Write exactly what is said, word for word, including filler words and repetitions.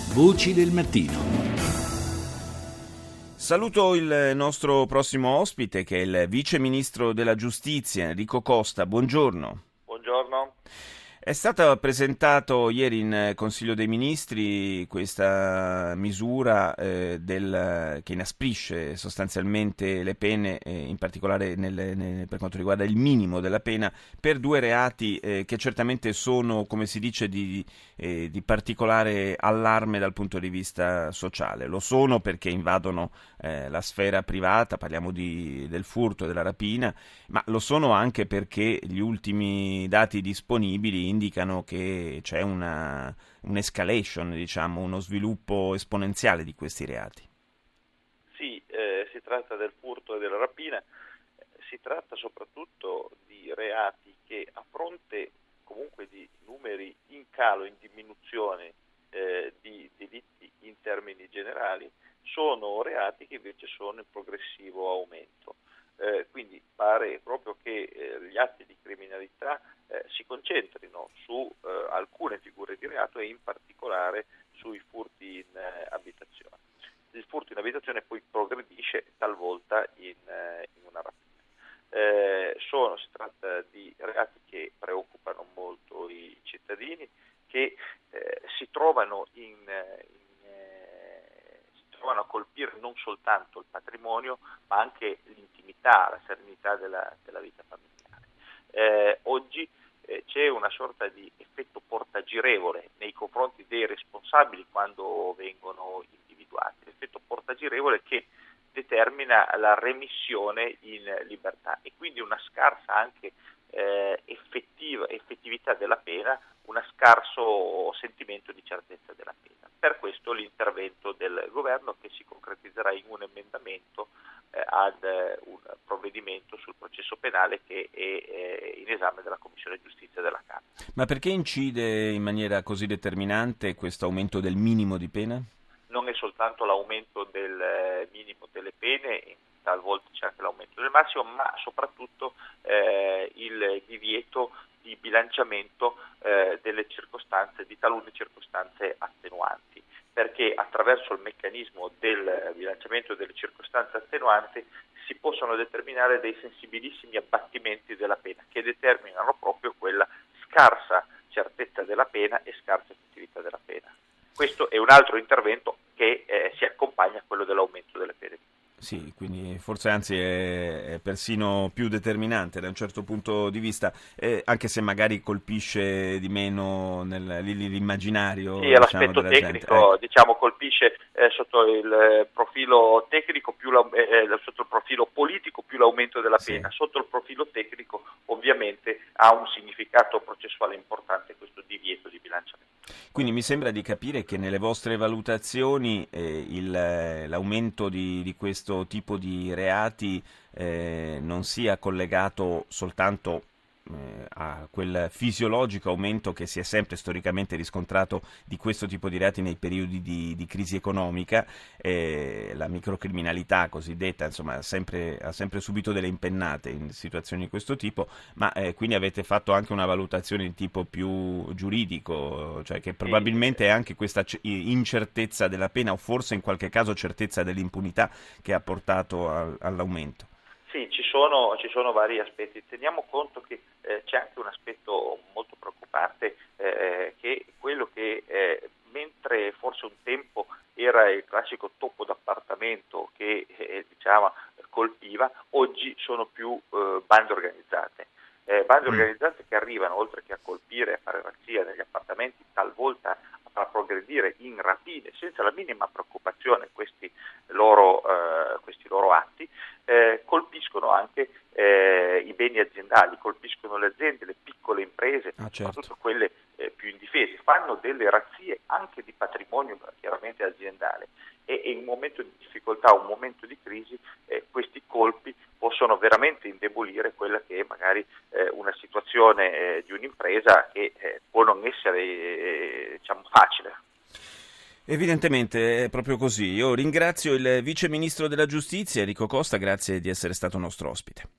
Voci del mattino. Saluto il nostro prossimo ospite che è il vice ministro della giustizia Enrico Costa. Buongiorno. Buongiorno. È stata presentato ieri in Consiglio dei Ministri questa misura eh, del, che inasprisce sostanzialmente le pene, eh, in particolare nel, nel, per quanto riguarda il minimo della pena, per due reati eh, che certamente sono, come si dice, di, eh, di particolare allarme dal punto di vista sociale. Lo sono perché invadono eh, la sfera privata, parliamo di, del furto e della rapina, ma lo sono anche perché gli ultimi dati disponibili indicano che c'è una, un'escalation, diciamo, uno sviluppo esponenziale di questi reati. Sì, eh, si tratta del furto e della rapina, si tratta soprattutto di reati che a fronte comunque di numeri in calo, in diminuzione eh, di delitti in termini generali, sono reati che invece sono in progressivo aumento. Eh, quindi pare proprio che eh, gli atti di criminalità eh, si concentrino su eh, alcune figure di reato e in particolare sui furti in eh, abitazione. Il furto in abitazione poi progredisce talvolta in, eh, in una rapina. Eh, sono, si tratta di reati che preoccupano molto i cittadini, che eh, si trovano in, in trovano a colpire non soltanto il patrimonio, ma anche l'intimità, la serenità della, della vita familiare. Eh, oggi eh, c'è una sorta di effetto portagirevole nei confronti dei responsabili quando vengono individuati, l'effetto portagirevole che determina la remissione in libertà e quindi una scarsa anche eh, effettiva, effettività della pena, un scarso sentimento di certezza della pena. Per questo l'intervento del governo che si concretizzerà in un emendamento eh, ad eh, un provvedimento sul processo penale che è eh, in esame della Commissione Giustizia della Camera. Ma perché incide in maniera così determinante questo aumento del minimo di pena? Non è soltanto l'aumento del eh, minimo delle pene, talvolta c'è anche l'aumento del massimo, ma soprattutto eh, il divieto di bilanciamento eh, delle circostanze, di talune circostanze attenuanti, perché attraverso il meccanismo del bilanciamento delle circostanze attenuanti si possono determinare dei sensibilissimi abbattimenti della pena che determinano proprio quella scarsa certezza della pena e scarsa effettività della pena. Questo è un altro intervento che eh, si accompagna a quello dell'aumento delle pene. Sì, quindi forse anzi è, è persino più determinante da un certo punto di vista, eh, anche se magari colpisce di meno nel, l'immaginario. Sì, l'aspetto diciamo, tecnico, eh. diciamo, colpisce eh, sotto il profilo tecnico, più la, eh, sotto il profilo politico più l'aumento della Sì. pena, sotto il profilo tecnico ovviamente ha un significato processuale importante questo divieto di bilanciamento. Quindi mi sembra di capire che nelle vostre valutazioni eh, il, l'aumento di, di questo tipo di reati eh, non sia collegato soltanto eh, a quel fisiologico aumento che si è sempre storicamente riscontrato di questo tipo di reati nei periodi di, di crisi economica, eh, la microcriminalità cosiddetta insomma ha sempre, ha sempre subito delle impennate in situazioni di questo tipo, ma eh, quindi avete fatto anche una valutazione di tipo più giuridico, cioè che probabilmente è anche questa incertezza della pena o forse in qualche caso certezza dell'impunità che ha portato a, all'aumento. Sì, ci sono, ci sono vari aspetti. Teniamo conto che eh, c'è anche un aspetto molto preoccupante, eh, che è quello che eh, mentre forse un tempo era il classico topo d'appartamento che eh, diciamo, colpiva, oggi sono più eh, bande organizzate. Eh, bande mm. organizzate che arrivano, oltre che a colpire e a fare razzia negli appartamenti, talvolta a progredire in rapine, senza la minima preoccupazione questi loro, eh, questi loro atti, eh, colpiscono anche eh, i beni aziendali, colpiscono le aziende, le piccole imprese, ah, certo. soprattutto quelle eh, più indifese, fanno delle razzie anche di patrimonio chiaramente aziendale e, e in un momento di difficoltà, un momento di crisi, eh, questi colpi possono veramente indebolire quella che è magari eh, una situazione eh, di un'impresa che eh, può non essere eh, diciamo facile. Evidentemente è proprio così. Io ringrazio il Vice Ministro della Giustizia Enrico Costa, grazie di essere stato nostro ospite.